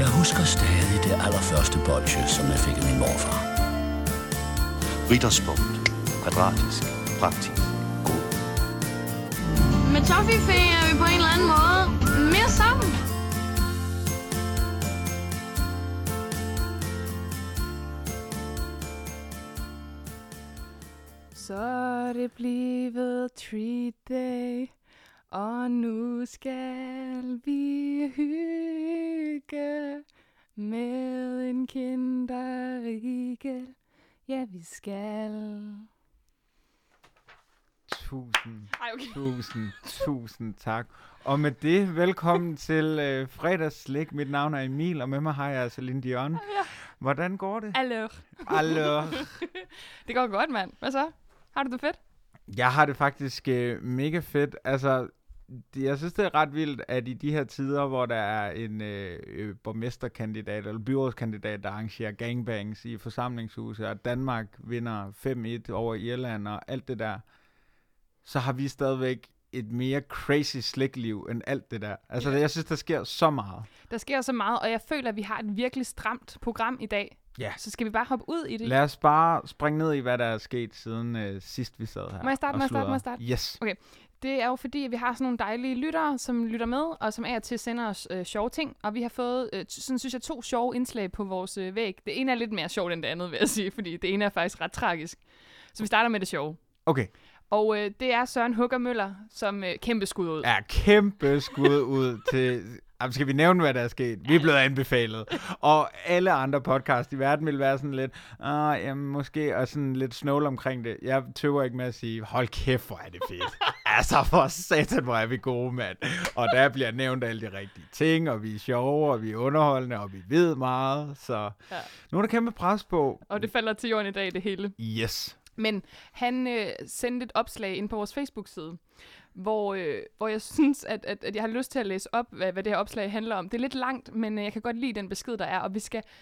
Jeg husker stadig det allerførste bolsje, som jeg fik af min morfar. Ritterspunkt. Kvadratisk. Praktisk. God. Med Toffifee er vi på en eller anden måde mere sammen. Så er det blevet treat day, og nu skal vi hygge med en kinderriegel. Ja, vi skal. Tusind tak. Og med det, velkommen til fredagsslik. Mit navn er Emil, og med mig har jeg Celine Dion. Ja. Hvordan går det? Allo. Det går godt, mand. Hvad så? Har du det fedt? Jeg har det faktisk mega fedt. Altså, jeg synes, det er ret vildt, at i de her tider, hvor der er en borgmesterkandidat eller byrådskandidat, der arrangerer gangbangs i forsamlingshuset, og Danmark vinder 5-1 over Irland og alt det der, så har vi stadigvæk et mere crazy slikliv end alt det der. Altså, jeg synes, der sker så meget. Der sker så meget, og jeg føler, at vi har et virkelig stramt program i dag. Ja. Så skal vi bare hoppe ud i det. Lad os bare springe ned i, hvad der er sket siden sidst, vi sad her. Må jeg starte? Yes. Okay. Det er jo fordi, at vi har sådan nogle dejlige lyttere, som lytter med, og som af og til sender os sjove ting. Og vi har fået, sådan synes jeg, 2 sjove indslag på vores væg. Det ene er lidt mere sjovt end det andet, vil jeg sige, fordi det ene er faktisk ret tragisk. Så vi starter med det sjove. Okay. Og det er Søren Hugger Møller, som kæmpe skud ud. Ja, kæmpe skud ud til... Jamen, skal vi nævne, hvad der er sket? Vi er blevet anbefalet. Og alle andre podcast i verden vil være sådan lidt, jamen, måske, og sådan lidt snål omkring det. Jeg tøver ikke med at sige, hold kæft, hvor er det fedt. Altså, for satan, hvor er vi gode, mand. Og der bliver nævnt alle de rigtige ting, og vi er sjove, og vi er underholdende, og vi ved meget. Så ja. Nu er der kæmpe pres på. Og det falder til jorden i dag, det hele. Yes. Men han sendte et opslag ind på vores Facebook-side, hvor jeg synes, at jeg har lyst til at læse op, hvad det her opslag handler om. Det er lidt langt, men jeg kan godt lide den besked, der er. Og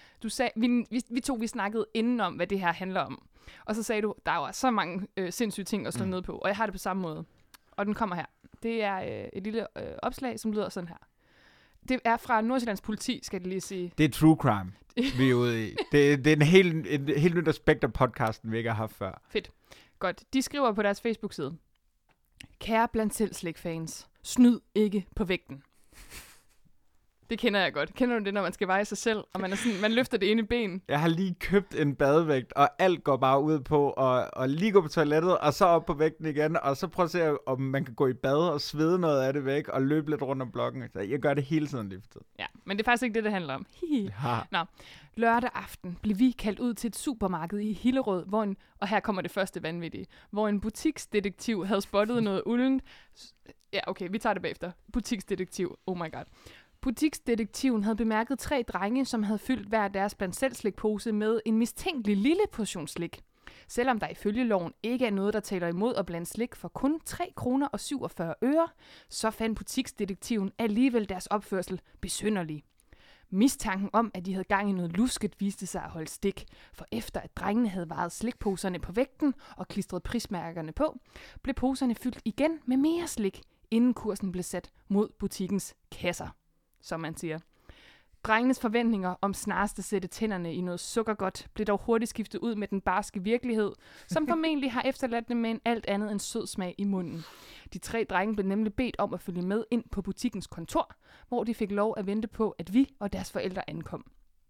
vi snakkede inden om, hvad det her handler om. Og så sagde du, der er jo så mange sindssyge ting at slå ned på, og jeg har det på samme måde. Og den kommer her. Det er et lille opslag, som lyder sådan her. Det er fra Nordsjællands politi, skal jeg lige sige. Det er true crime, vi er ude i. Det er en helt nyt aspekt af podcasten, vi ikke har haft før. Fedt. Godt. De skriver på deres Facebook-side. Kære blandt selv slikfans, snyd ikke på vægten. Det kender jeg godt. Kender du det, når man skal veje sig selv, og man løfter det ene ben? Jeg har lige købt en badevægt, og alt går bare ud på at lige gå på toilettet, og så op på vægten igen, og så prøver at se, om man kan gå i bad og svede noget af det væk, og løbe lidt rundt om blokken. Så jeg gør det hele tiden lige for tiden. Ja, men det er faktisk ikke det handler om. Nå. Lørdag aften blev vi kaldt ud til et supermarked i Hillerød, og her kommer det første vanvittige, hvor en butiksdetektiv havde spottet noget uldent. Ja, okay, vi tager det bagefter. Butiksdetektiv, oh my god. Butiksdetektiven havde bemærket 3 drenge, som havde fyldt hver deres blandt selv slikpose med en mistænkelig lille portion slik. Selvom der ifølge loven ikke er noget, der taler imod at blande slik for kun 3 kroner og 47 øre, så fandt butiksdetektiven alligevel deres opførsel besynderlig. Mistanken om, at de havde gang i noget lusket, viste sig at holde stik, for efter at drengene havde vejet slikposerne på vægten og klistret prismærkerne på, blev poserne fyldt igen med mere slik, inden kursen blev sat mod butikkens kasser, som man siger. Drengenes forventninger om snarest at sætte tænderne i noget sukkergodt blev dog hurtigt skiftet ud med den barske virkelighed, som formentlig har efterladt dem med en alt andet end sød smag i munden. De 3 drenge blev nemlig bedt om at følge med ind på butikkens kontor, hvor de fik lov at vente på, at vi og deres forældre ankom.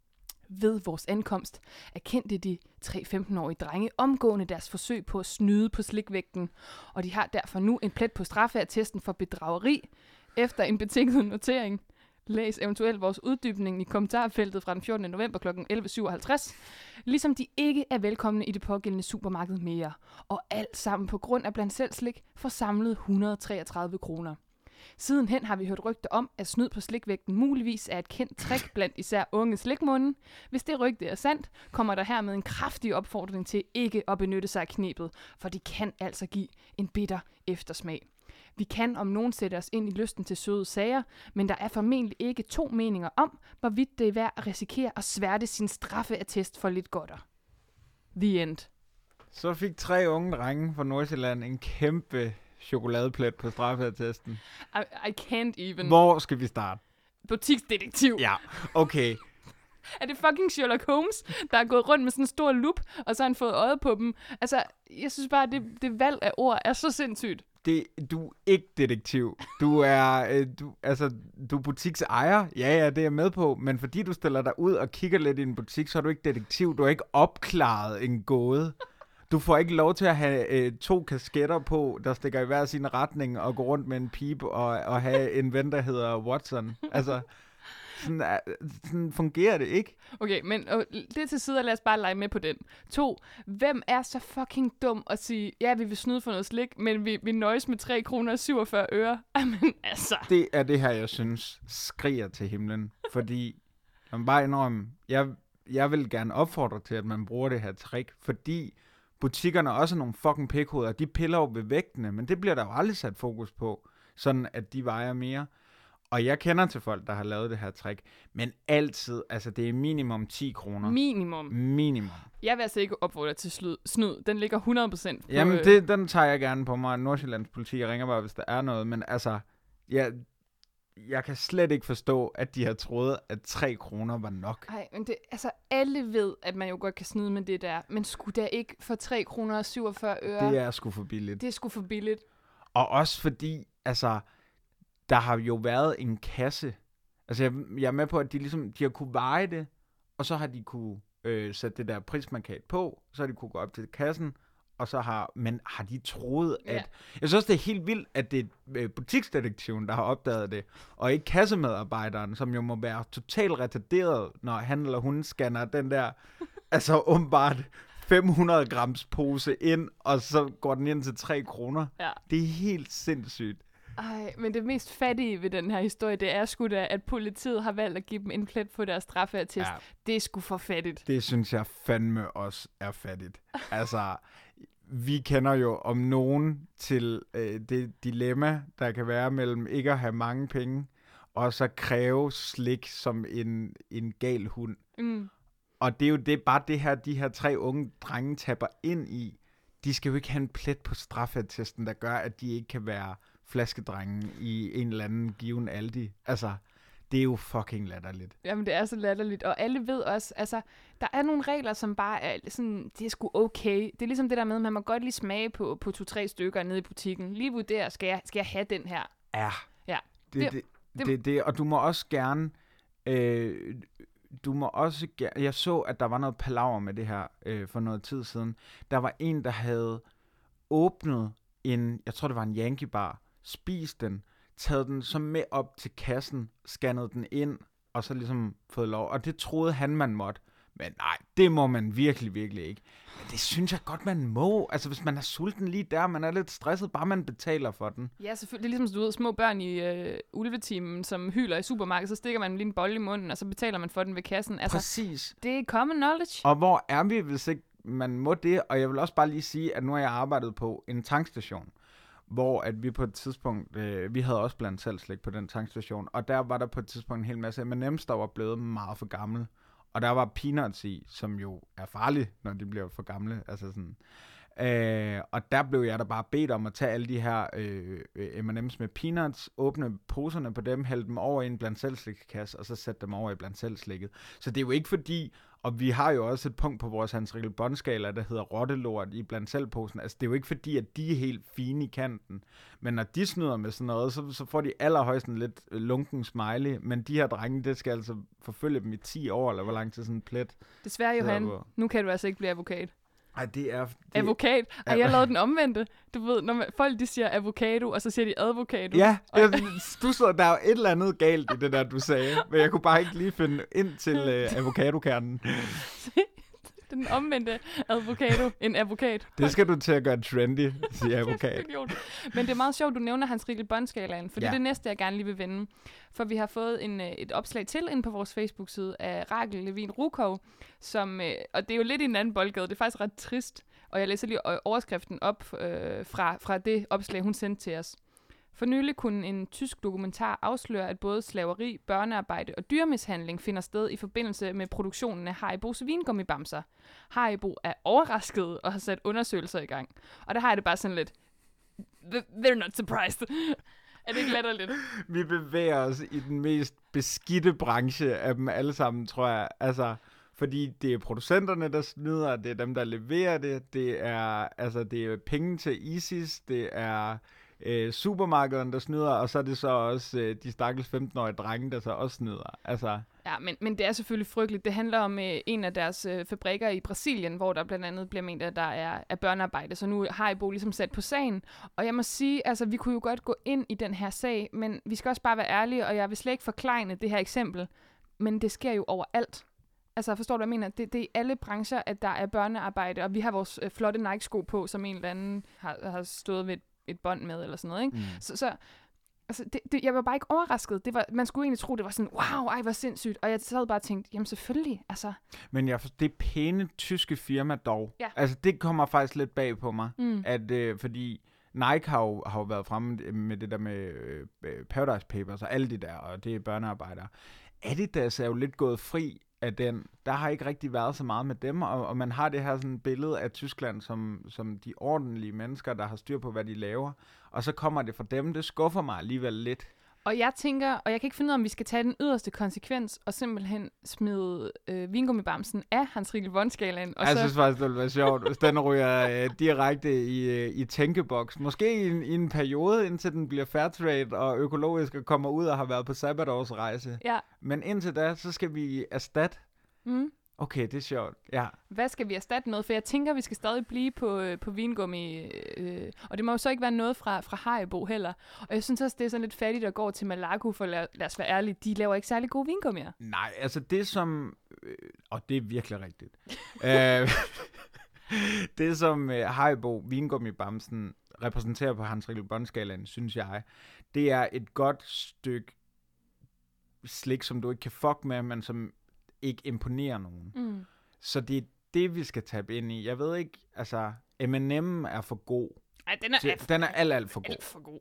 Ved vores ankomst erkendte de 3 15-årige drenge omgående deres forsøg på at snyde på slikvægten, og de har derfor nu en plet på straffeattesten for bedrageri efter en betinget notering. Læs eventuelt vores uddybning i kommentarfeltet fra den 14. november kl. 11.57, ligesom de ikke er velkomne i det pågældende supermarked mere, og alt sammen på grund af blandt selv slik for samlet 133 kroner. Sidenhen har vi hørt rygter om, at snyd på slikvægten muligvis er et kendt trick blandt især unge slikmunden. Hvis det rygte er sandt, kommer der hermed en kraftig opfordring til ikke at benytte sig af knebet, for det kan altså give en bitter eftersmag. Vi kan om nogen sætte os ind i lysten til søde sager, men der er formentlig ikke 2 meninger om, hvorvidt det er værd at risikere at sværte sin straffeattest for lidt godter. The end. Så fik 3 unge drenge fra Nordsjælland en kæmpe chokoladeplet på straffeattesten. I can't even. Hvor skal vi starte? butiksdetektiv. Ja, okay. Er det fucking Sherlock Holmes, der er gået rundt med sådan en stor lup, og så har han fået øjet på dem? Altså, jeg synes bare, det valg af ord er så sindssygt. Du er ikke detektiv. Du er butiksejer. Ja, det er jeg med på. Men fordi du stiller dig ud og kigger lidt i en butik, så er du ikke detektiv. Du har ikke opklaret en gåde. Du får ikke lov til at have 2 kasketter på, der stikker i hver sin retning, og gå rundt med en pipe og have en ven, der hedder Watson. Altså, sådan fungerer det ikke. Okay, men det til side, lad os bare lege med på den. 2. Hvem er så fucking dum at sige, ja, vi vil snyde for noget slik, men vi nøjes med 3 kroner og 47 øre. Jamen, altså. Det er det her, jeg synes, skriger til himlen. Fordi, man bare indrømme, jeg vil gerne opfordre til, at man bruger det her trick, fordi butikkerne også er nogle fucking pikhoveder. De piller jo ved vægtene, men det bliver der jo aldrig sat fokus på, sådan at de vejer mere. Og jeg kender til folk, der har lavet det her trick, men altid, altså det er minimum 10 kroner. Minimum. Jeg vil altså ikke opfordre til snyd. Den ligger 100% på... Jamen, den tager jeg gerne på mig. Nordsjællands politi ringer bare, hvis der er noget, men altså, jeg kan slet ikke forstå, at de har troet, at 3 kroner var nok. Nej, men alle ved, at man jo godt kan snyde med det der, men skulle der ikke for 3 kroner og 47 øre? Det er sgu for billigt. Det er sgu for billigt. Og også fordi, altså... Der har jo været en kasse. Altså, jeg er med på, at de har kunne veje det, og så har de kunne sætte det der prismarkat på, så har de kunne gå op til kassen, og så har de troet, at... Ja. Jeg synes også, det er helt vildt, at det er butiksdetektiven, der har opdaget det, og ikke kassemedarbejderen, som jo må være totalt retarderet, når han eller hun scanner den der, altså åbenbart 500 grams pose ind, og så går den ind til 3 kroner. Ja. Det er helt sindssygt. Ej, men det mest fattige ved den her historie, det er sgu da, at politiet har valgt at give dem en plet på deres straffeattest. Ja. Det er sgu for fattigt. Det synes jeg fandme også er fattigt. Altså, vi kender jo om nogen til det dilemma, der kan være mellem ikke at have mange penge, og så kræve slik som en gal hund. Mm. Og det er jo bare det her, de her 3 unge drenge tapper ind i. De skal jo ikke have en plet på straffeattesten, der gør, at de ikke kan være flaskedrengen i en eller anden given Aldi. Altså, det er jo fucking latterligt. Jamen, det er så latterligt, og alle ved også, altså, der er nogle regler, som bare er sådan, det er sgu okay. Det er ligesom det der med, man må godt lige smage på 2-3 stykker nede i butikken. Lige vurdere, skal jeg have den her? Ja. Det, og du må også gerne, jeg så, at der var noget palaver med det her for noget tid siden. Der var en, der havde åbnet jeg tror det var en Yankee bar, spist den, taget den så med op til kassen, scannet den ind, og så ligesom fået lov. Og det troede han, man måtte. Men nej, det må man virkelig, virkelig ikke. Men det synes jeg godt, man må. Altså, hvis man er sulten lige der, man er lidt stresset, bare man betaler for den. Ja, selvfølgelig. Det er ligesom, du ved, små børn i ulvetimen, som hyler i supermarkedet, så stikker man lige en bolle i munden, og så betaler man for den ved kassen. Altså, præcis. Det er common knowledge. Og hvor er vi, hvis ikke man må det? Og jeg vil også bare lige sige, at nu har jeg arbejdet på en tankstation, hvor at vi på et tidspunkt, vi havde også blandt selv slik på den tankstation, og der var der på et tidspunkt en hel masse M&M's, der var blevet meget for gamle. Og der var peanuts i, som jo er farlige, når de bliver for gamle. Altså sådan. Og der blev jeg da bare bedt om at tage alle de her M&M's med peanuts, åbne poserne på dem, hælde dem over i en blandt selv slikkasse, og så sætte dem over i blandt selv slikket. Så det er jo ikke fordi, og vi har jo også et punkt på vores Hans Rikkel Bondskala, der hedder rottelort i blandt selvposen. Altså det er jo ikke fordi, at de er helt fine i kanten. Men når de snyder med sådan noget, så får de allerhøjst en lidt lunken smiley. Men de her drenge, det skal altså forfølge dem i 10 år, eller hvor lang tid sådan en plet. Desværre, Johan. Nu kan du altså ikke blive advokat. Ej, det er... Advokat? Ej, jeg lavede den omvendte. Du ved, når folk de siger avocado, og så siger de advocado. Ja, du så, der er jo et eller andet galt i det der, du sagde. Men jeg kunne bare ikke lige finde ind til avocadokernen. Den omvendte avocado, en advokat. Det skal du til at gøre trendy, sige advokat. Men det er meget sjovt, du nævner Hans Rikkel Bondskalaen, for det er det næste, jeg gerne lige vil vende. For vi har fået et opslag til ind på vores Facebook-side af Rakel Levin Rukov, som, og det er jo lidt i en anden boldgade, det er faktisk ret trist, og jeg læser lige overskriften op fra det opslag, hun sendte til os. For nylig kunne en tysk dokumentar afsløre, at både slaveri, børnearbejde og dyremishandling finder sted i forbindelse med produktionen af Haribos vingummibamser. Haribo er overrasket og har sat undersøgelser i gang. Og der har jeg det bare sådan lidt, they're not surprised. Er det ikke latterligt? Vi bevæger os i den mest beskidte branche af dem alle sammen, tror jeg. Altså, fordi det er producenterne, der snyder, det er dem, der leverer det, det er penge til ISIS, det er supermarkederne, der snyder, og så er det så også de stakkels 15-årige drenge, der så også snyder. Altså. Ja, men det er selvfølgelig frygteligt. Det handler om en af deres fabrikker i Brasilien, hvor der blandt andet bliver ment, at der er børnearbejde. Så nu har Haribo ligesom sat på sagen. Og jeg må sige, altså vi kunne jo godt gå ind i den her sag, men vi skal også bare være ærlige, og jeg vil slet ikke forklejne det her eksempel. Men det sker jo overalt. Altså forstår du, hvad jeg mener? Det er i alle brancher, at der er børnearbejde, og vi har vores flotte Nike-sko på, som en eller anden har stået ved et bånd med, eller sådan noget, ikke? Så altså, jeg var bare ikke overrasket. Man skulle egentlig tro, det var sådan, wow, ej, hvor sindssygt. Og jeg sad bare og tænkte, jamen selvfølgelig, altså. Men det er pæne tyske firma dog. Ja. Altså, det kommer faktisk lidt bag på mig, at fordi Nike har jo været fremme med det der med Paradise Papers og alle de der, og det er børnearbejdere. Adidas er jo lidt gået fri af den. Der har ikke rigtig været så meget med dem, og man har det her sådan billede af Tyskland som de ordentlige mennesker, der har styr på, hvad de laver. Og så kommer det fra dem. Det skuffer mig alligevel lidt. Og jeg tænker, og jeg kan ikke finde ud af, om vi skal tage den yderste konsekvens, og simpelthen smide vingummibamsen af Hans Riegel Von-skalaen. Jeg synes faktisk, det ville være sjovt, hvis den ryger direkte i tænkeboks. Måske i en periode, indtil den bliver fairtrade og økologisk og kommer ud og har været på sabbatårsrejse. Ja. Men indtil da, så skal vi erstatte. Okay, det er sjovt. Ja. Hvad skal vi erstatte med? For jeg tænker, vi skal stadig blive på vingummi. Og det må jo så ikke være noget fra Haribo heller. Og jeg synes også, det er sådan lidt fattigt at gå til Malaco, for lad os være ærlige, de laver ikke særlig gode vingummier. Nej, altså det som... og det er virkelig rigtigt. Det som Haribo vingummibamsen repræsenterer på Hans Riegel Von-skalaen, synes jeg, det er et godt stykke slik, som du ikke kan fuck med, men som ikke imponerer nogen. Så det er det, vi skal tabe ind i. Jeg ved ikke, altså, M&M er for god. Ej, den er alt for god. Alt for god.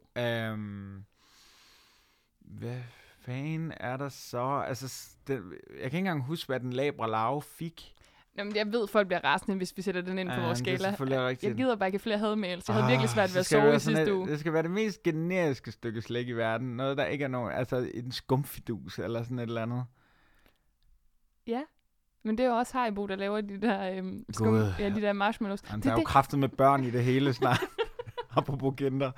Hvad fanden er der så? Altså, jeg kan ikke engang huske, hvad den labre larve fik. Jamen, jeg ved, folk bliver rasende, hvis vi sætter den ind på vores skala. Jeg gider bare ikke flere hademails. Jeg havde virkelig svært ved at sove i sidste uge. Det skal være det mest generiske stykke slik i verden. Noget, der ikke er nogen, altså en skumfidus eller sådan et eller andet. Ja, men det er jo også Haribo, der laver de der, de der marshmallows. Han er jo kraftet med børn i det hele snart. Apropos kinder.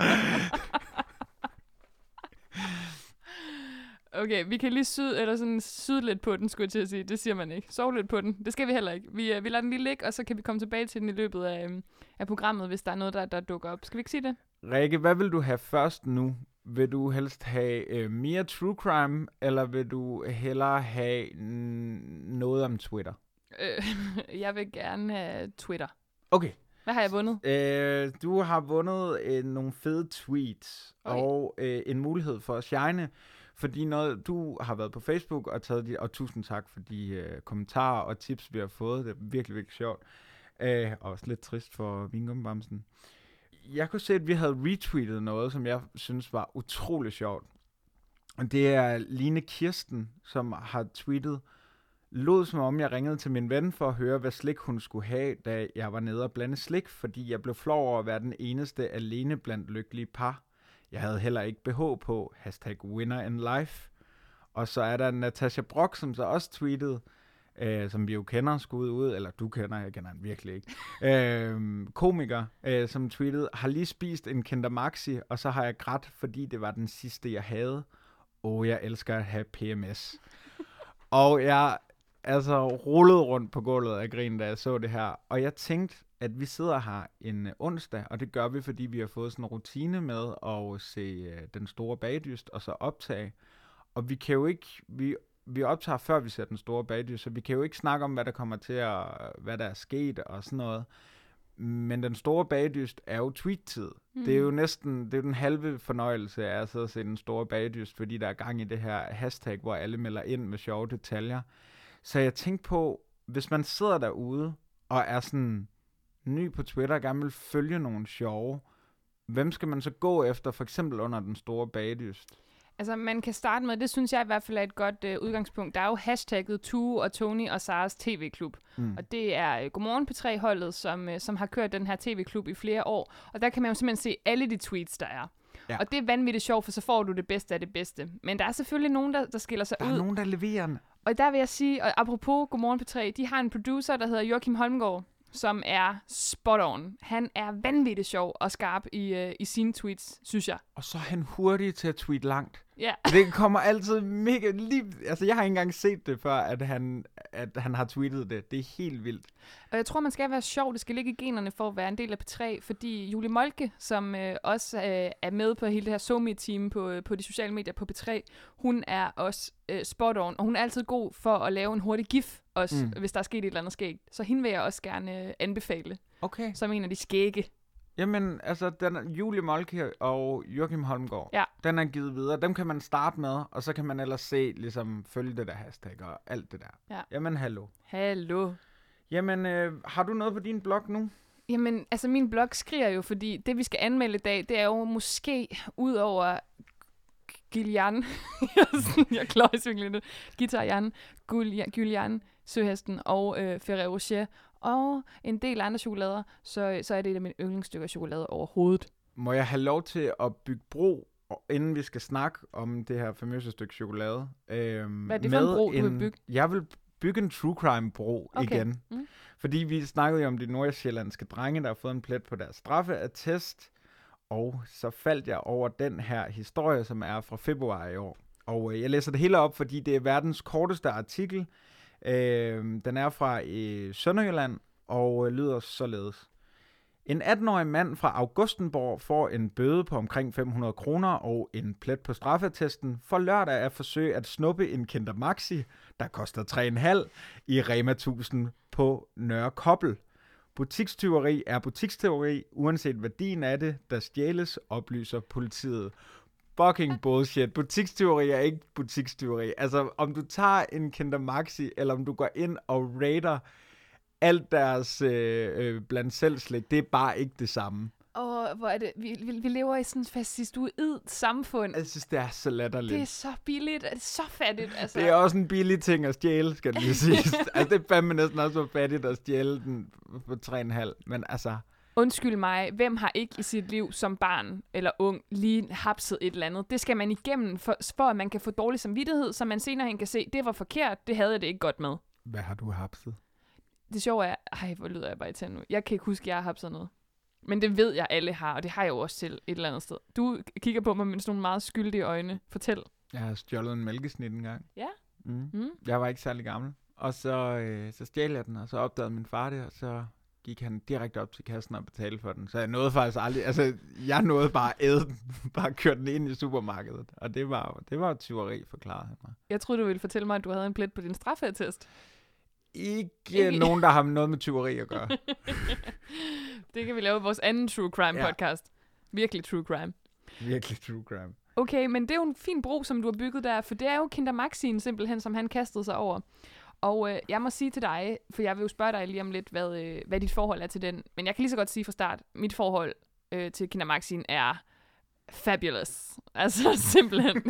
Okay, vi kan lige syde lidt på den, skulle jeg til at sige. Det siger man ikke. Sove lidt på den. Det skal vi heller ikke. Vi lader den lige ligge, og så kan vi komme tilbage til den i løbet af programmet, hvis der er noget, der dukker op. Skal vi ikke sige det? Rikke, hvad vil du have først nu? Vil du helst have mere true crime, eller vil du hellere have noget om Twitter? Jeg vil gerne have Twitter. Okay. Hvad har jeg vundet? Du har vundet nogle fede tweets, og en mulighed for at shine, fordi du har været på Facebook og taget og tusind tak for de kommentarer og tips, vi har fået. Det er virkelig, virkelig sjovt. Og også lidt trist for vingummibamsen. Jeg kunne se, at vi havde retweetet noget, som jeg synes var utrolig sjovt. Og det er Line Kirsten, som har tweetet, lød som om jeg ringede til min ven for at høre, hvad slik hun skulle have, da jeg var nede og blande slik, fordi jeg blev flov over at være den eneste alene blandt lykkelige par. Jeg havde heller ikke BH på, #winner in life. Og så er der Natasha Brock, som så også tweetede, som vi jo kender, skud ud, eller du kender, jeg kender den virkelig ikke. Komiker, som tweetede, har lige spist en Kinder Maxi, og så har jeg grædt, fordi det var den sidste, jeg havde. Jeg elsker at have PMS. Og jeg rullede rundt på gulvet af grin, da jeg så det her. Og jeg tænkte, at vi sidder her en onsdag, og det gør vi, fordi vi har fået sådan en rutine med at se Den Store Bagdyst, og så optage. Og vi kan jo ikke... Vi optager, før vi ser Den Store Bagdyst, så vi kan jo ikke snakke om, hvad der kommer til at... hvad der er sket og sådan noget. Men Den Store Bagdyst er jo tweet-tid. Det er jo næsten... Det er jo den halve fornøjelse af at sidde og se Den Store Bagdyst, fordi der er gang i det her hashtag, hvor alle melder ind med sjove detaljer. Så jeg tænkte på, hvis man sidder derude og er sådan ny på Twitter og gerne vil følge nogle sjove, hvem skal man så gå efter, for eksempel under Den Store Bagdyst? Altså, man kan starte med, det synes jeg i hvert fald er et godt udgangspunkt. Der er jo hashtagget Tue og Tony og Saras TV-klub. Og det er Godmorgen P3-holdet, som har kørt den her TV-klub i flere år. Og der kan man jo simpelthen se alle de tweets, der er. Ja. Og det er vanvittigt sjovt, for så får du det bedste af det bedste. Men der er selvfølgelig nogen, der skiller sig ud. Der er nogen, der leverer den. Og der vil jeg sige, og apropos Godmorgen P3, de har en producer, der hedder Joachim Holmgaard, som er spot on. Han er vanvittigt sjov og skarp i sine tweets, synes jeg. Og så er han hurtig til at tweete langt. Ja. Det kommer altid mega lige... Altså, jeg har ikke engang set det før, at han har tweetet det. Det er helt vildt. Og jeg tror, man skal være sjov. Det skal ligge i generne for at være en del af P3, fordi Julie Moltke, som også er med på hele det her SoMe-team på de sociale medier på P3, hun er også spot on, og hun er altid god for at lave en hurtig gif, også, hvis der er sket et eller andet skægt. Så hende vil jeg også gerne anbefale, Okay. som en af de skægge. Jamen, altså, Julie Moltke og Joachim Holmgaard, Ja. den er givet videre. Dem kan man starte med, og så kan man ellers se, ligesom, følge det der hashtag og alt det der. Ja. Jamen, hallo. Hallo. Jamen, har du noget på din blog nu? Jamen, altså min blog skriger jo, fordi det, vi skal anmelde i dag, det er jo måske ud over Gillian. Jeg kløjs virkelig lidt. Guitar Jan, Gillian, Søhesten og Ferrero Rocher og en del andre chokolader, så er det et af mine yndlingsstykker chokolade overhovedet. Må jeg have lov til at bygge bro, inden vi skal snakke om det her famøse stykke chokolade? Hvad er det for en bro, du vil bygge? Jeg vil bygge en true crime bro igen. Fordi vi snakkede jo om de nordsjællandske drenge, der har fået en plet på deres straffeattest. Og så faldt jeg over den her historie, som er fra februar i år. Og jeg læser det hele op, fordi det er verdens korteste artikel. Den er fra Sønderjylland og lyder således. En 18-årig mand fra Augustenborg får en bøde på omkring 500 kroner og en plet på straffeattesten for lørdag at forsøge at snuppe en Kinder Maxi, der koster 3,5 i Rema 1000 på Nørre Kobbel. Butikstyveri er butikstyveri, uanset værdien af det, der stjæles, oplyser politiet. Fucking bullshit. Butikstyveri er ikke butikstyveri. Altså, om du tager en Kinder Maxi, eller om du går ind og raider alt deres blandt selv slik, det er bare ikke det samme. Og hvor er det? Vi lever i sådan et fascistoid samfund. Jeg synes, det er så latterligt. Det er så billigt. Det er så fattigt. Altså. Det er også en billig ting at stjæle, skal det lige siges. Altså, det er fandme næsten også så fattigt at stjæle den på 3,5. Men altså... Undskyld mig, hvem har ikke i sit liv som barn eller ung lige hapset et eller andet? Det skal man igennem, for at man kan få dårlig samvittighed, så man senere hen kan se, det var forkert, det havde jeg det ikke godt med. Hvad har du hapset? Det sjove er, hvor lyder jeg bare i tænd nu. Jeg kan ikke huske, at jeg har hapset noget. Men det ved jeg, alle har, og det har jeg jo også til et eller andet sted. Du kigger på mig med sådan nogle meget skyldige øjne. Fortæl. Jeg har stjålet en mælkesnit engang. Ja? Jeg var ikke særlig gammel. Og så stjal jeg den, og så opdagede min far det, og så gik han direkte op til kassen og betalte for den. Så jeg nåede faktisk aldrig... Altså, jeg nåede bare at æde den. Bare køre den ind i supermarkedet. Og det var et tyveri, forklarede han mig. Jeg troede, du ville fortælle mig, at du havde en plet på din straffeattest. Ikke nogen, der har noget med tyveri at gøre. Det kan vi lave i vores anden True Crime podcast. Virkelig True Crime. Virkelig True Crime. Okay, men det er jo en fin bro, som du har bygget der, for det er jo Kinder Maxien simpelthen, som han kastede sig over. Og jeg må sige til dig, for jeg vil jo spørge dig lige om lidt, hvad dit forhold er til den. Men jeg kan lige så godt sige fra start, mit forhold til Kinder Maxien er fabulous. Altså simpelthen.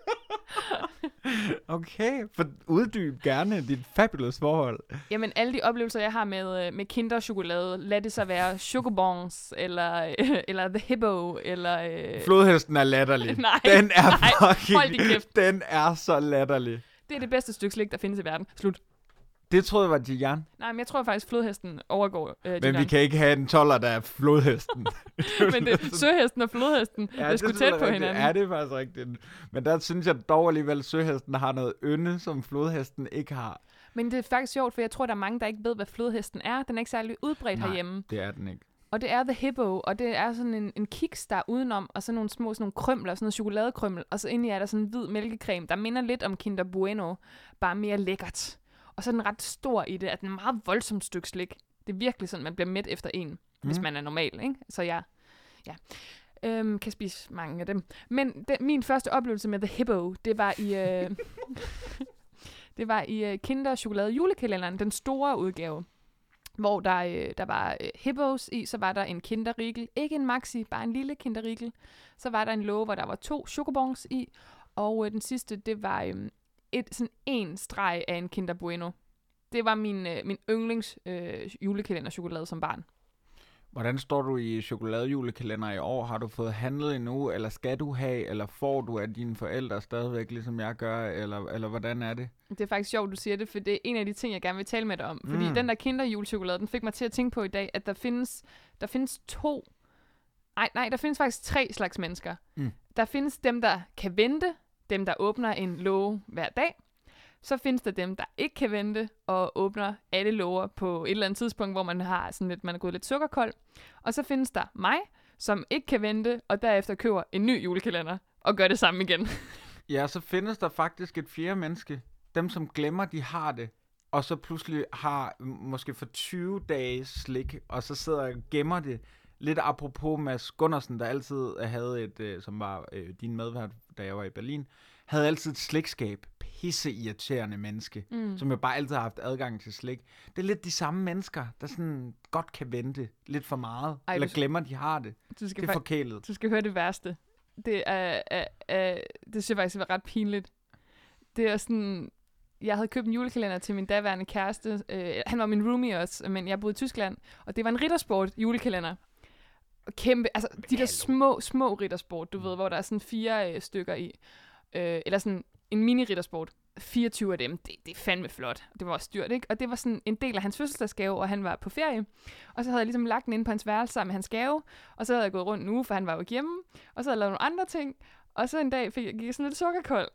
Okay, for uddyb gerne dit fabulous forhold. Jamen alle de oplevelser, jeg har med kinderchokolade, lad det så være chocobons, eller The Hippo, eller... Flodhesten er latterlig. Nej, den er fucking... hold din kæft. Den er så latterlig. Det er det bedste stykke slik, der findes i verden. Slut. Det troede jeg var Gijan. Nej, men jeg tror faktisk, flodhesten overgår Men vi kan ikke have en toller, der er flodhesten. Men det er søhesten og flodhesten. Ja, det er sgu tæt på hinanden. Ja, det er faktisk rigtigt. Men der synes jeg dog alligevel, at søhesten har noget ynde, som flodhesten ikke har. Men det er faktisk sjovt, for jeg tror, der er mange, der ikke ved, hvad flodhesten er. Den er ikke særlig udbredt herhjemme. Nej, det er den ikke. Og det er The Hippo, og det er sådan en kiks, der er udenom, og så nogle små sådan nogle krømler, sådan noget chokoladekrømmel, og så indeni er der sådan en hvid mælkecreme, der minder lidt om Kinder Bueno, bare mere lækkert. Og så er den ret stor i det, at den er en meget voldsomt stykke slik. Det er virkelig sådan, man bliver mæt efter en, hvis man er normal, ikke? Så ja. Kan spise mange af dem. Men min første oplevelse med The Hippo, det var i Kinder Chokolade julekalenderen, den store udgave, hvor der var hippos i, så var der en kinderriegel, ikke en maxi, bare en lille kinderriegel. Så var der en låge, hvor der var 2 chocobons i, og den sidste, det var en streg af en Kinder Bueno. Det var min yndlings julekalenderchokolade som barn. Hvordan står du i chokoladejulekalender i år? Har du fået handlet endnu, eller skal du have, eller får du af dine forældre stadigvæk, ligesom jeg gør, eller hvordan er det? Det er faktisk sjovt, du siger det, for det er en af de ting, jeg gerne vil tale med dig om. Fordi den der kinderjulechokolade, den fik mig til at tænke på i dag, at der findes der findes faktisk 3 slags mennesker. Der findes dem, der kan vente, dem, der åbner en låge hver dag. Så findes der dem, der ikke kan vente og åbner alle låger på et eller andet tidspunkt, hvor man har sådan lidt, man er gået lidt sukkerkold. Og så findes der mig, som ikke kan vente, og derefter køber en ny julekalender og gør det samme igen. Ja, så findes der faktisk et 4. menneske. Dem, som glemmer, de har det, og så pludselig har måske for 20 dage slik, og så sidder og gemmer det. Lidt apropos Mads Gundersen, der altid havde et, som var din medvært, da jeg var i Berlin, havde altid et slikskab. Pisseirriterende menneske, som jo bare altid har haft adgang til slik. Det er lidt de samme mennesker, der sådan godt kan vente lidt for meget, eller glemmer, de har det. Det er forkælet. Du skal høre det værste. Det synes jeg faktisk var ret pinligt. Det er sådan, jeg havde købt en julekalender til min daværende kæreste. Han var min roomie også, men jeg boede i Tyskland, og det var en Rittersport julekalender. Kæmpe, altså de der små Rittersport, du ved, hvor der er sådan 4 stykker i. Eller sådan en mini-Rittersport. 24 af dem, det er fandme flot. Det var også dyrt, ikke? Og det var sådan en del af hans fødselsdagsgave, og han var på ferie. Og så havde jeg ligesom lagt den inde på hans værelse sammen med hans gave. Og så havde jeg gået rundt en uge, for han var jo hjemme. Og så havde jeg lavet nogle andre ting. Og så en dag gik jeg sådan lidt sukkerkold.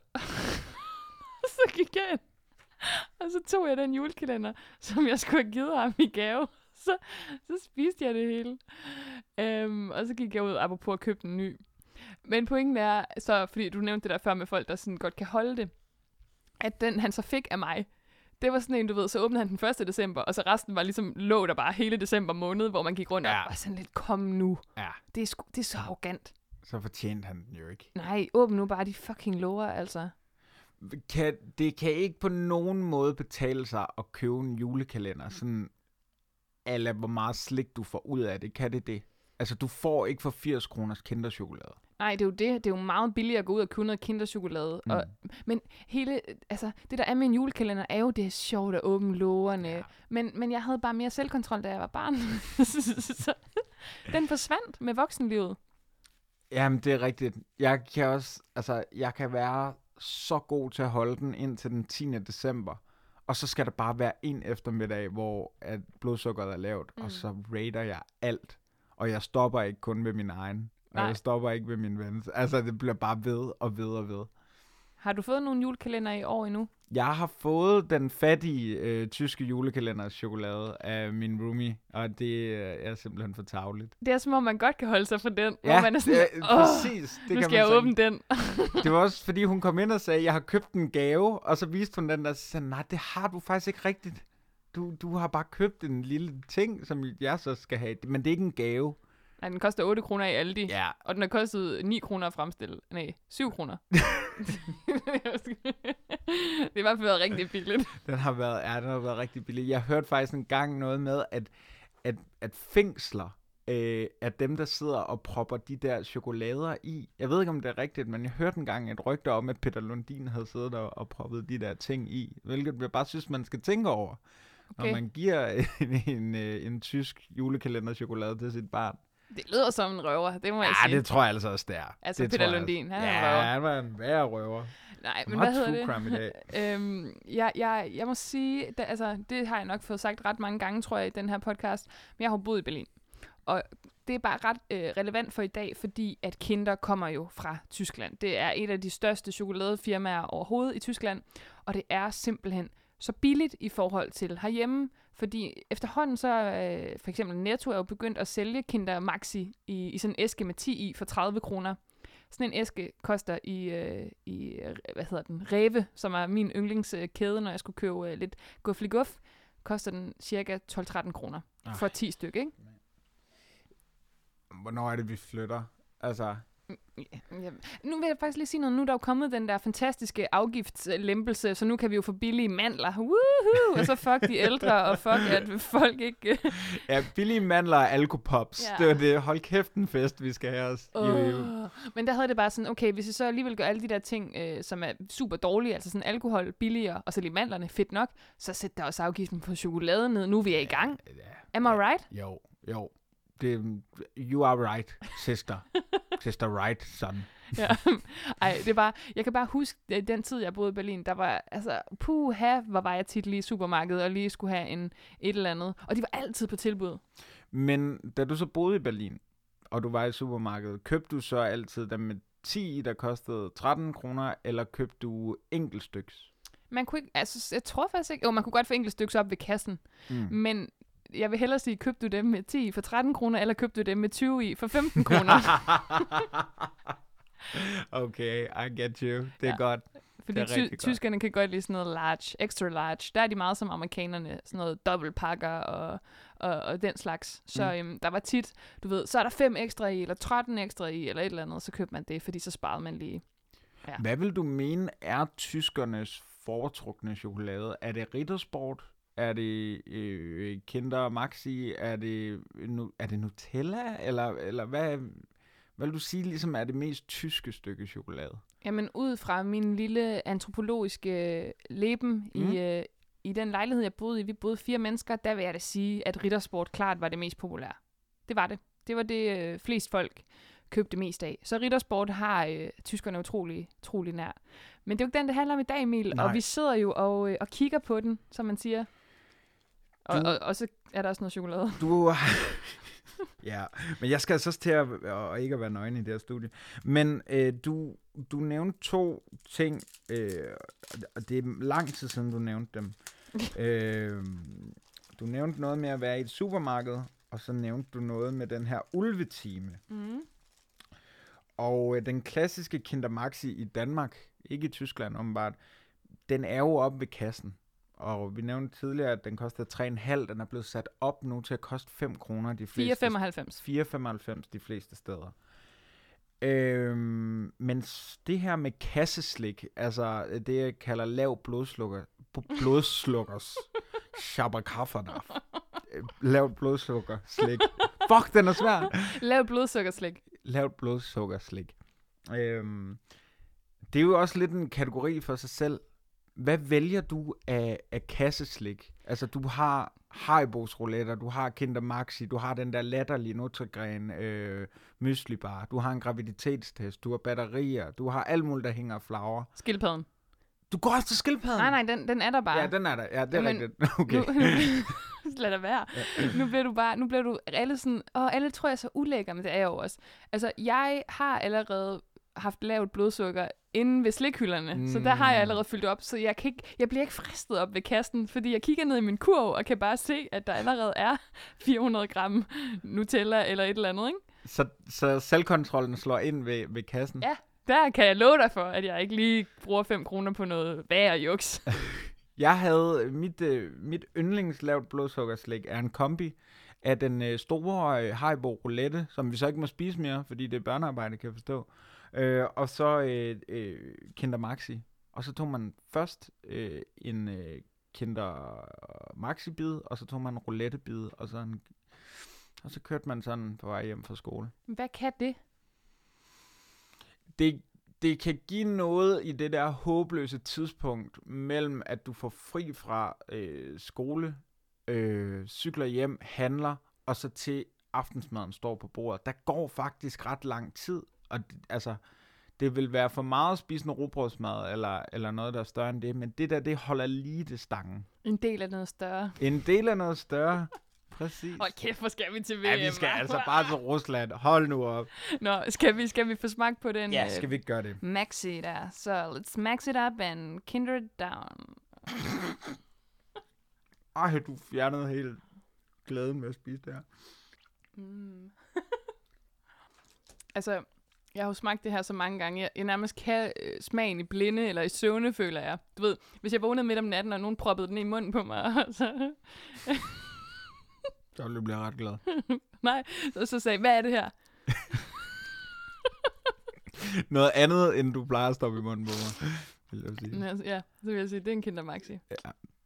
Så gik jeg ind. Og så tog jeg den julekalender, som jeg skulle have givet ham i gave. Så spiste jeg det hele. Og så gik jeg ud apropos at købe en ny. Men pointen er, så, fordi du nævnte det der før med folk, der sådan godt kan holde det, at den han så fik af mig, det var sådan en, du ved, så åbnede han den 1. december, og så resten var ligesom lå der bare hele december måned, hvor man gik rundt og var sådan lidt, kom nu. Ja. Det er så arrogant. Så fortjente han den jo ikke. Nej, åbn nu bare de fucking låger, altså. Det kan ikke på nogen måde betale sig at købe en julekalender, sådan, eller hvor meget slik du får ud af det. Kan det? Altså, du får ikke for 80 kroners kinderchokolade. Nej, det er jo det. Det er jo meget billigt at gå ud og købe noget kinderchokolade. Men hele, altså, det der er med en julekalender, er jo, det er sjovt at åbne lågerne. Ja. Men jeg havde bare mere selvkontrol, da jeg var barn. Så den forsvandt med voksenlivet. Jamen, det er rigtigt. Jeg kan være så god til at holde den indtil den 10. december. Og så skal der bare være en eftermiddag, hvor at blodsukkeret er lavt, og så rater jeg alt. Og jeg stopper ikke kun ved min egen. Og jeg stopper ikke ved min ven. Altså, det bliver bare ved og ved og ved. Har du fået nogle julekalender i år endnu? Jeg har fået den fattige tyske julekalenders chokolade af min roomie, og det er simpelthen for tarveligt. Det er som om, man godt kan holde sig fra den. Ja, hvor man er sådan, præcis. Det nu kan skal jeg åbne den. Det var også, fordi hun kom ind og sagde, jeg har købt en gave, og så viste hun den der, og så sagde, nej, det har du faktisk ikke rigtigt. Du har bare købt en lille ting, som jeg så skal have, men det er ikke en gave. Nej, den koster 8 kroner i Aldi, og den har kostet 9 kroner at fremstille. Nej, 7 kroner. Det har i hvert fald været rigtig billigt. Den har været rigtig billig. Jeg hørte faktisk en gang noget med, at fængsler er dem, der sidder og propper de der chokolader i. Jeg ved ikke, om det er rigtigt, men jeg hørte en gang et rygte om, at Peter Lundin havde siddet og proppet de der ting i, hvilket jeg bare synes, man skal tænke over, når man giver en tysk julekalenderchokolade til sit barn. Det lyder som en røver, det må jeg sige. Ja, det tror jeg altså også, det er. Altså det Peter Lundin, han er en røver. Ja, han var en værre røver. Nej, men hvad hedder det? Jeg må sige, det har jeg nok fået sagt ret mange gange, tror jeg, i den her podcast, men jeg har boet i Berlin. Og det er bare ret relevant for i dag, fordi at Kinder kommer jo fra Tyskland. Det er et af de største chokoladefirmaer overhovedet i Tyskland, og det er simpelthen så billigt i forhold til herhjemme, fordi efterhånden så for eksempel Netto er jo begyndt at sælge Kinder Maxi i sådan en æske med 10 i for 30 kroner. Sådan en æske koster i Rewe, som er min yndlingskæde, når jeg skulle købe lidt guffeli-guff, koster den cirka 12-13 kroner for 10 stykker, ikke? Hvornår er det, vi flytter? Altså... Ja. Nu vil jeg faktisk lige sige noget. Nu er der jo kommet den der fantastiske afgiftslempelse, så nu kan vi jo få billige mandler. Woohoo! Og så fuck de ældre, og fuck at folk ikke... Ja, billige mandler og alkopops. Ja. Det var det. Hold kæft en fest, vi skal have os. Men der havde det bare sådan, okay, hvis vi så alligevel gør alle de der ting, som er super dårlige, altså sådan alkohol billigere, og så lige mandlerne, fedt nok, så sæt der også afgiften på chokolade ned. Nu er vi i gang. Am I right? Jo. You are right, sister. Sister right, son. Ja. Ej, jeg kan bare huske, den tid, jeg boede i Berlin, der var, altså, hvor var jeg tit lige i supermarkedet, og lige skulle have et eller andet. Og de var altid på tilbud. Men da du så boede i Berlin, og du var i supermarkedet, købte du så altid dem med 10, der kostede 13 kroner, eller købte du enkeltstyks? Man kunne ikke, altså, jeg tror faktisk ikke, man kunne godt få enkeltstyks op ved kassen, men jeg vil hellere sige, købte du dem med 10 for 13 kroner, eller købte du dem med 20 i for 15 kroner? Okay, I get you. Det er godt. Fordi tyskerne kan godt lide sådan noget large, extra large. Der er de meget som amerikanerne, sådan noget dobbeltpakker og den slags. Så der var tit, du ved, så er der 5 ekstra i, eller 13 ekstra i, eller et eller andet, så købte man det, fordi så sparede man lige. Ja. Hvad vil du mene er tyskernes foretrukne chokolade? Er det Rittersport? Er det Kinder Maxi? Er det Nutella? Eller hvad vil du sige, ligesom er det mest tyske stykke chokolade? Jamen, ud fra min lille antropologiske leben i den lejlighed, jeg boede i, vi boede 4 mennesker, der vil jeg da sige, at Rittersport klart var det mest populære. Det var det. Det var det, flest folk købte mest af. Så Rittersport har tyskerne utrolig nær. Men det er jo ikke den, det handler om i dag, Emil. Nej. Og vi sidder jo og kigger på den, som man siger. Og så er der også noget chokolade. Ja, men jeg skal altså til at ikke at være nøgen i det her studie. Men du nævnte 2 ting, og det er lang tid siden, du nævnte dem. Du nævnte noget med at være i et supermarked, og så nævnte du noget med den her ulvetime. Og den klassiske Kinder Maxi i Danmark, ikke i Tyskland åbenbart, den er jo oppe ved kassen. Og vi nævnte tidligere, at den kostede 3,5. Den er blevet sat op nu til at koste 5 kroner de fleste. 4,95 de fleste steder. Men det her med kasseslik, altså det jeg kalder lav blodslukkers shabakafferdaf. Lav blodsukkerslik. Fuck, den er svær. Lavt blodsukkerslik. Det er jo også lidt en kategori for sig selv. Hvad vælger du af kasseslik? Altså, du har Haribos rouletter, du har Kinder Maxi, du har den der latterlige Nutri-Grain Müsli bar, du har en graviditetstest, du har batterier, du har alt muligt, der hænger af flagre. Skildpadden. Du går også til skildpadden? Nej, den er der bare. Ja, den er der. Ja, det er rigtigt. Okay. Lad det være. Nu bliver du alle sådan, alle tror jeg er så ulækker, men det er jeg jo også. Altså, jeg har allerede haft lavt blodsukker inde ved slikhylderne, så der har jeg allerede fyldt op, så jeg bliver ikke fristet op ved kassen, fordi jeg kigger ned i min kurv og kan bare se, at der allerede er 400 gram Nutella eller et eller andet, ikke? Så selvkontrollen slår ind ved kassen? Ja, der kan jeg love dig for, at jeg ikke lige bruger 5 kroner på noget værre juks. Jeg havde mit yndlingslavt blodsukkerslik er en kombi af den store Haribo roulette, som vi så ikke må spise mere, fordi det er børnearbejde, kan jeg forstå. Og så Kinder Maxi. Og så tog man først en Kinder Maxi-bid, og så tog man en roulette-bid, og så kørte man sådan på vej hjem fra skole. Hvad kan det? Det kan give noget i det der håbløse tidspunkt mellem, at du får fri fra skole, cykler hjem, handler, og så til aftensmaden står på bordet. Der går faktisk ret lang tid. Og det vil være for meget at spise en rugbrødsmad, eller noget, der er større end det, men det holder lige det stangen. En del af noget større. En del af noget større. Præcis. Hold kæft, hvor skal vi til VM? Ja, vi skal altså bare til Rusland. Hold nu op. Nå, skal vi få smagt på den? Ja, skal vi ikke gøre det? Maxi der. Så let's max it up and kinder it down. Ej, du fjernede helt glæden med at spise det her. Altså, jeg har jo smagt det her så mange gange. Jeg nærmest kan smagen i blinde eller i søvne, føler jeg. Du ved, hvis jeg vågnede midt om natten, og nogen proppede den i munden på mig, så... Så ville du blive ret glad. Nej, så sagde jeg, hvad er det her? Noget andet, end du plejer at stoppe i munden på mig, vil jeg sige. Ja, så vil jeg sige, det er en Kinder Maxi. Ja.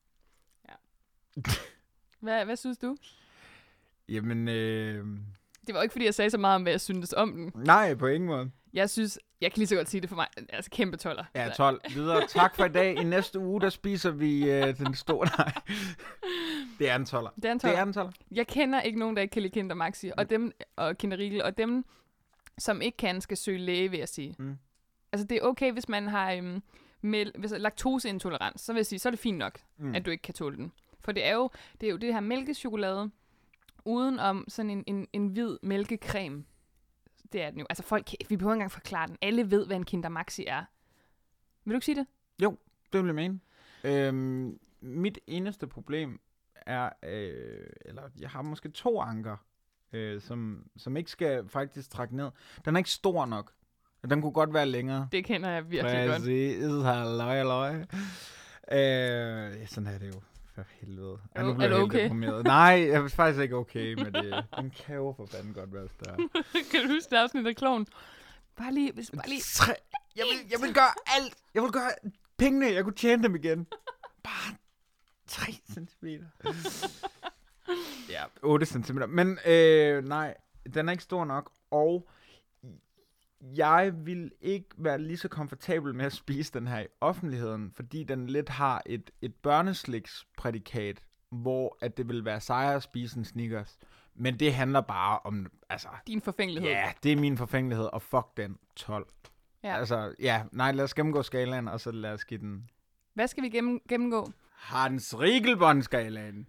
Hvad synes du? Jamen, det var ikke, fordi jeg sagde så meget om, hvad jeg syntes om den. Nej, på ingen måde. Jeg synes, jeg kan lige så godt sige det for mig. Altså, kæmpe 12'er. Ja, 12. Videre. Tak for i dag. I næste uge, der spiser vi den store... Det er en toller. Det er en toller. Jeg kender ikke nogen, der ikke kan lide Kinder Maxi, og Kinder Riegel, og dem, som ikke kan, skal søge læge, vil jeg sige. Mm. Altså, det er okay, hvis man har hvis laktoseintolerans, så vil jeg sige, så er det fint nok, at du ikke kan tåle den. For det er jo det her mælkechokolade, uden om sådan en hvid mælkecreme. Det er den jo. Altså, vi behøver ikke engang forklare den. Alle ved, hvad en Kinder Maxi er. Vil du ikke sige det? Jo, det vil jeg mene. Mit eneste problem er, eller jeg har måske 2 anker, som ikke skal faktisk trække ned. Den er ikke stor nok. Den kunne godt være længere. Det kender jeg virkelig godt. Præcis. Halløj. Sådan er det jo. For helvede. Er du okay? Nej, jeg er faktisk ikke okay med det. Den kan jo for fanden godt være større. Kan du huske det afsnit af Klovn? Bare lige. Jeg vil gøre alt. Jeg vil gøre pengene. Jeg kunne tjene dem igen. Bare 3 centimeter. Ja, 8 centimeter. Men nej, den er ikke stor nok. Og jeg vil ikke være lige så komfortabel med at spise den her i offentligheden, fordi den lidt har et børnesliksprædikat, hvor at det vil være sejere at spise en Snickers. Men det handler bare om, altså... Din forfængelighed. Ja, det er min forfængelighed, og fuck den 12. Ja. Altså, ja, nej, lad os gennemgå skalaen, og så lad os give den... Hvad skal vi gennemgå? Hans Riegelbånd-skalaen.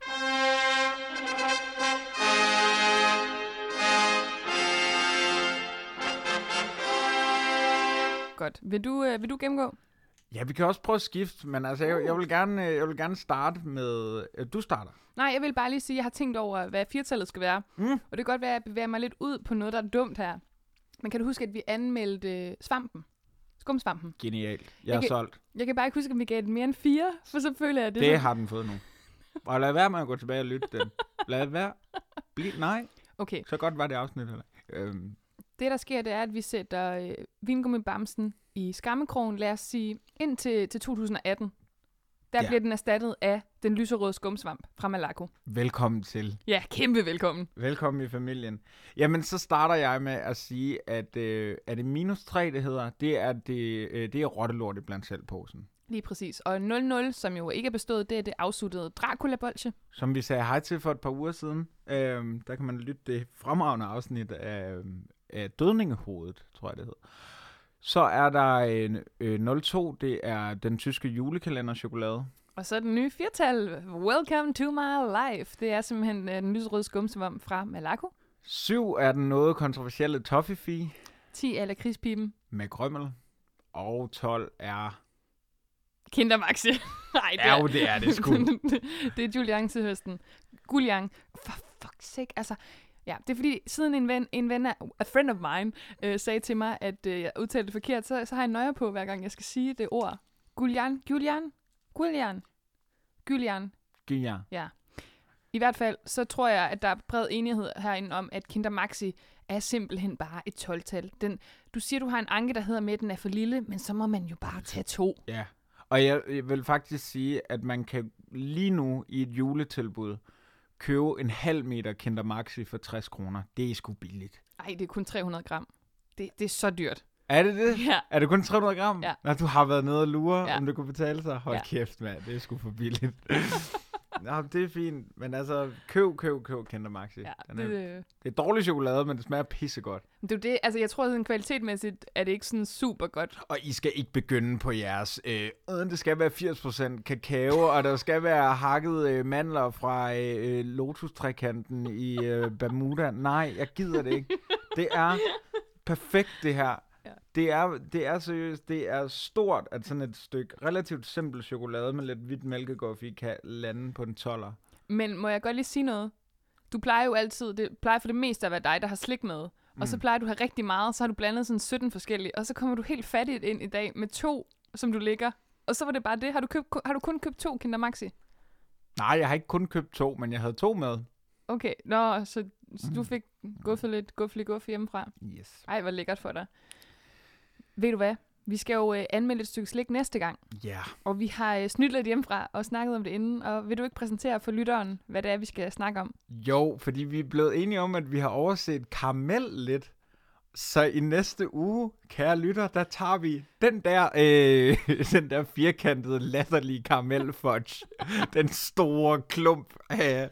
Godt. Vil du gennemgå? Ja, vi kan også prøve at skifte, men altså, jeg vil gerne starte med... Du starter. Nej, jeg vil bare lige sige, at jeg har tænkt over, hvad 4-tallet skal være. Og det kan godt være, at jeg bevæger mig lidt ud på noget, der er dumt her. Men kan du huske, at vi anmeldte svampen? Skumsvampen. Genialt. Jeg er solgt. Jeg kan bare ikke huske, om vi gav den mere end 4, for så føler jeg, at det har den fået nu. Og lad være med at gå tilbage og lytte den. Lad være. Nej. Okay. Så godt var det afsnit heller. Det, der sker, det er, at vi sætter vingummibamsen i skammekrogen, lad os sige, indtil 2018. Der bliver den erstattet af den lyserøde skumsvamp fra Malaco. Velkommen til. Ja, kæmpe velkommen. Velkommen i familien. Jamen, så starter jeg med at sige, at er det -3, det hedder? Det er rottelort i blandt selvposen. Lige præcis. Og 0-0, som jo ikke er bestået, det er det afsluttede Dracula-bolsje. Som vi sagde hej til for et par uger siden. Der kan man lytte det fremragende afsnit af Dødningehovedet, tror jeg det hed. Så er der 02, det er den tyske julekalenderchokolade. Og så den nye 4-tal, Welcome to my life. Det er simpelthen den lyserøde skumsvamp fra Malaco. 7 er den noget kontroversielle Toffifee. 10 er lakridspiben. Med krømmel. Og 12 er... Kinder Maxi. Nej, det er det sgu. Det er Julian til høsten. Guliang. For fuck's sake, altså... Ja, det er fordi, siden en ven af a friend of mine sagde til mig, at jeg udtalte det forkert, så har jeg nøje på, hver gang jeg skal sige det ord. Gulian. Ja. I hvert fald, så tror jeg, at der er bred enighed herinde om, at Kinder Maxi er simpelthen bare et 12-tal. Du siger, du har en anke, der hedder med, at den er for lille, men så må man jo bare tage 2. Ja, og jeg vil faktisk sige, at man kan lige nu i et juletilbud købe en halv meter Kinder Maxi for 60 kroner. Det er sgu billigt. Ej, det er kun 300 gram. Det er så dyrt. Er det det? Ja. Er det kun 300 gram? Ja. Nå, du har været nede og lure, ja. om det kunne betale sig. Hold kæft, mand. Det er sgu for billigt. Nå, det er fint. Men altså, køb Kinder Maxi. Ja, det er dårlig chokolade, men det smager pissegodt. Det er det. Altså, jeg tror, at kvalitetmæssigt er det ikke sådan super godt. Og I skal ikke begynde på jeres... det skal være 80% kakao, og der skal være hakket mandler fra Lotus-trekanten i Bermuda. Nej, jeg gider det ikke. Det er perfekt, det her. Ja. Det er seriøst, det er stort, at sådan et stykke relativt simpelt chokolade med lidt hvidt mælkeguffi kan lande på en 12'er. Men må jeg godt lige sige noget? Du plejer jo altid, det plejer for det meste at være dig, der har slik med. Og så plejer du at have rigtig meget, så har du blandet sådan 17 forskellige, og så kommer du helt fattigt ind i dag med 2, som du lægger. Og så var det bare det. Har du kun købt 2 Kinder Maxi? Nej, jeg har ikke kun købt 2, men jeg havde 2 med. Okay, så du fik guffet lidt guff hjemmefra. Yes. Ej, hvor lækkert for dig. Ved du hvad? Vi skal jo anmelde et stykke slik næste gang. Ja. Yeah. Og vi har snydt lidt hjemmefra og snakket om det inden. Og vil du ikke præsentere for lytteren, hvad det er, vi skal snakke om? Jo, fordi vi er blevet enige om, at vi har overset karamel lidt. Så i næste uge, kære lytter, der tager vi den der firkantede, latterlige karamel-fudge. Den store klump af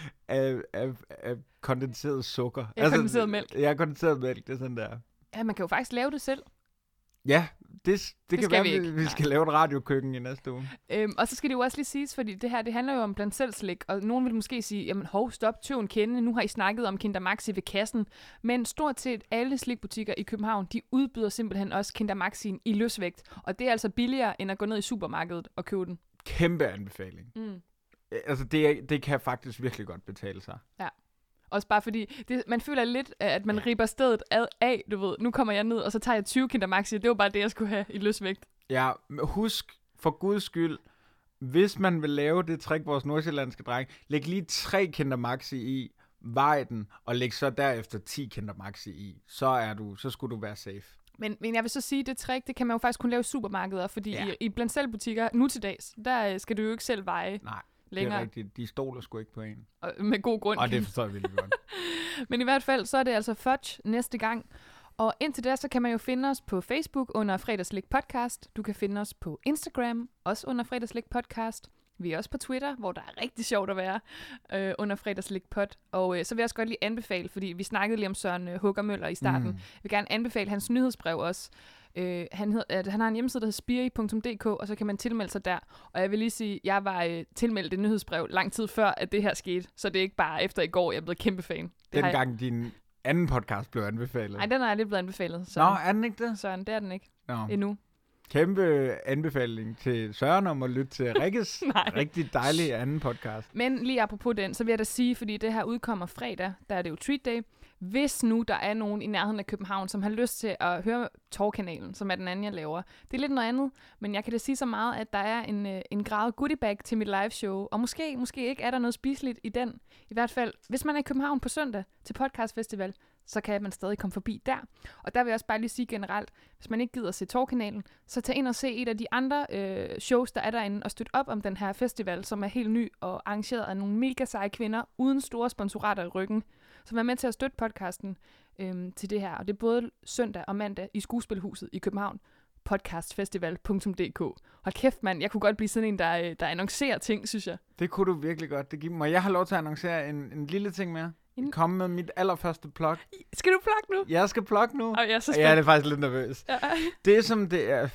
kondenseret sukker. Ja, kondenseret mælk. Ja, kondenseret mælk, det er sådan der. Ja, man kan jo faktisk lave det selv. Ja, det kan være, vi skal lave et radiokøkken i næste uge. Og så skal det jo også lige siges, fordi det her, det handler jo om blandt selv slik, og nogen vil måske sige, jamen stop, tøv en kende, nu har I snakket om Kinder Maxi ved kassen, men stort set alle slikbutikker i København, de udbyder simpelthen også Kinder Maxi'en i løsvægt, og det er altså billigere, end at gå ned i supermarkedet og købe den. Kæmpe anbefaling. Altså, det kan faktisk virkelig godt betale sig. Ja. Også bare fordi, man føler lidt, at man ripper stedet af, du ved. Nu kommer jeg ned, og så tager jeg 20 Kinder Maxi. Det var bare det, jeg skulle have i løsvægt. Ja, husk for guds skyld, hvis man vil lave det trick, vores nordsjællandske dreng, læg lige 3 Kinder Maxi i, vej den, og læg så derefter 10 Kinder Maxi i. Så skulle du være safe. Men jeg vil så sige, det trick, det kan man jo faktisk kun lave i supermarkeder, fordi i blandt selv butikker, nu til dags, der skal du jo ikke selv veje. Nej. Længere. Det er rigtigt. De stoler sgu ikke på en. Og med god grund. Og det forstår jeg virkelig godt. Men i hvert fald, så er det altså fudge næste gang. Og indtil da, så kan man jo finde os på Facebook under Fredagslik Podcast. Du kan finde os på Instagram, også under Fredagslik Podcast. Vi er også på Twitter, hvor der er rigtig sjovt at være under Fredagslik Pod. Og så vil jeg også godt lige anbefale, fordi vi snakkede lige om Søren Hugger Møller i starten. Jeg vil gerne anbefale hans nyhedsbrev også. Han har en hjemmeside, der hedder spiri.dk, og så kan man tilmelde sig der. Og jeg vil lige sige, jeg var tilmeldt et nyhedsbrev lang tid før, at det her skete. Så det er ikke bare efter i går, jeg er blevet kæmpe fan. Dengang din anden podcast blev anbefalet. Nej, den er aldrig blevet anbefalet. Nå, er den ikke det? Søren, det er den ikke endnu. Kæmpe anbefaling til Søren om at lytte til Rikkes rigtig dejlige anden podcast. Men lige apropos den, så vil jeg da sige, fordi det her udkommer fredag, der er det jo Treat Day. Hvis nu der er nogen i nærheden af København, som har lyst til at høre Torkanalen, som er den anden, jeg laver. Det er lidt noget andet, men jeg kan da sige så meget, at der er en grad goodiebag til mit liveshow, og måske ikke er der noget spiseligt i den. I hvert fald, hvis man er i København på søndag til Podcast Festival, så kan man stadig komme forbi der. Og der vil jeg også bare lige sige generelt, hvis man ikke gider se Torkanalen, så tag ind og se et af de andre shows, der er derinde, og støt op om den her festival, som er helt ny og arrangeret af nogle mega seje kvinder, uden store sponsorater i ryggen, som er med til at støtte podcasten til det her. Og det er både søndag og mandag i Skuespilhuset i København. Podcastfestival.dk. Hold kæft, mand. Jeg kunne godt blive sådan en, der annoncerer ting, synes jeg. Det kunne du virkelig godt. Må jeg have lov til at annoncere en lille ting mere? Kom med mit allerførste plug. Skal du plukke nu? Jeg skal plukke nu. Og jeg er så spændt. Jeg er faktisk lidt nervøs. Ja. Det som det er...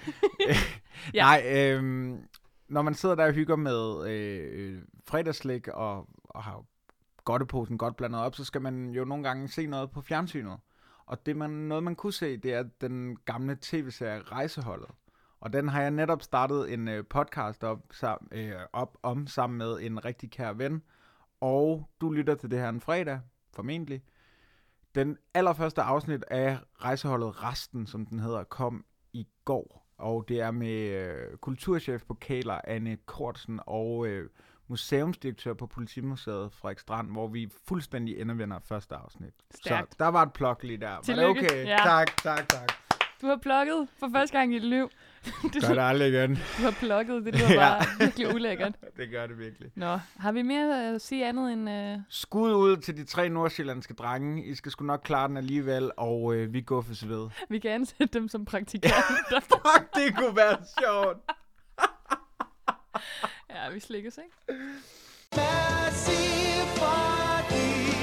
Nej, når man sidder der og hygger med fredagslik og har godteposen godt blandet op, så skal man jo nogle gange se noget på fjernsynet. Og noget man kunne se, det er den gamle tv-serie Rejseholdet. Og den har jeg netop startet en podcast op om sammen med en rigtig kær ven. Og du lytter til det her en fredag, formentlig. Den allerførste afsnit af Rejseholdet Resten, som den hedder, kom i går. Og det er med kulturchef på Kæler, Anne Kortsen, og museumsdirektør på Politimuseet, Frederik Strand, hvor vi fuldstændig endevender første afsnit. Stærkt. Så der var et plug lige der. Tillykke. Var det okay? Ja. Tak. Du har plugget for første gang i dit liv. Gør det aldrig igen. Du har plugget, det lyder bare virkelig ulækkert. Det gør det virkelig. Nå, har vi mere at sige andet end... Skud ud til de 3 nordsjællandske drenge. I skal sgu nok klare den alligevel, og vi guffes ved. Vi kan ansætte dem som praktikanter. Fuck, det kunne være sjovt. Ja, vi slikkes, ikke? Merci for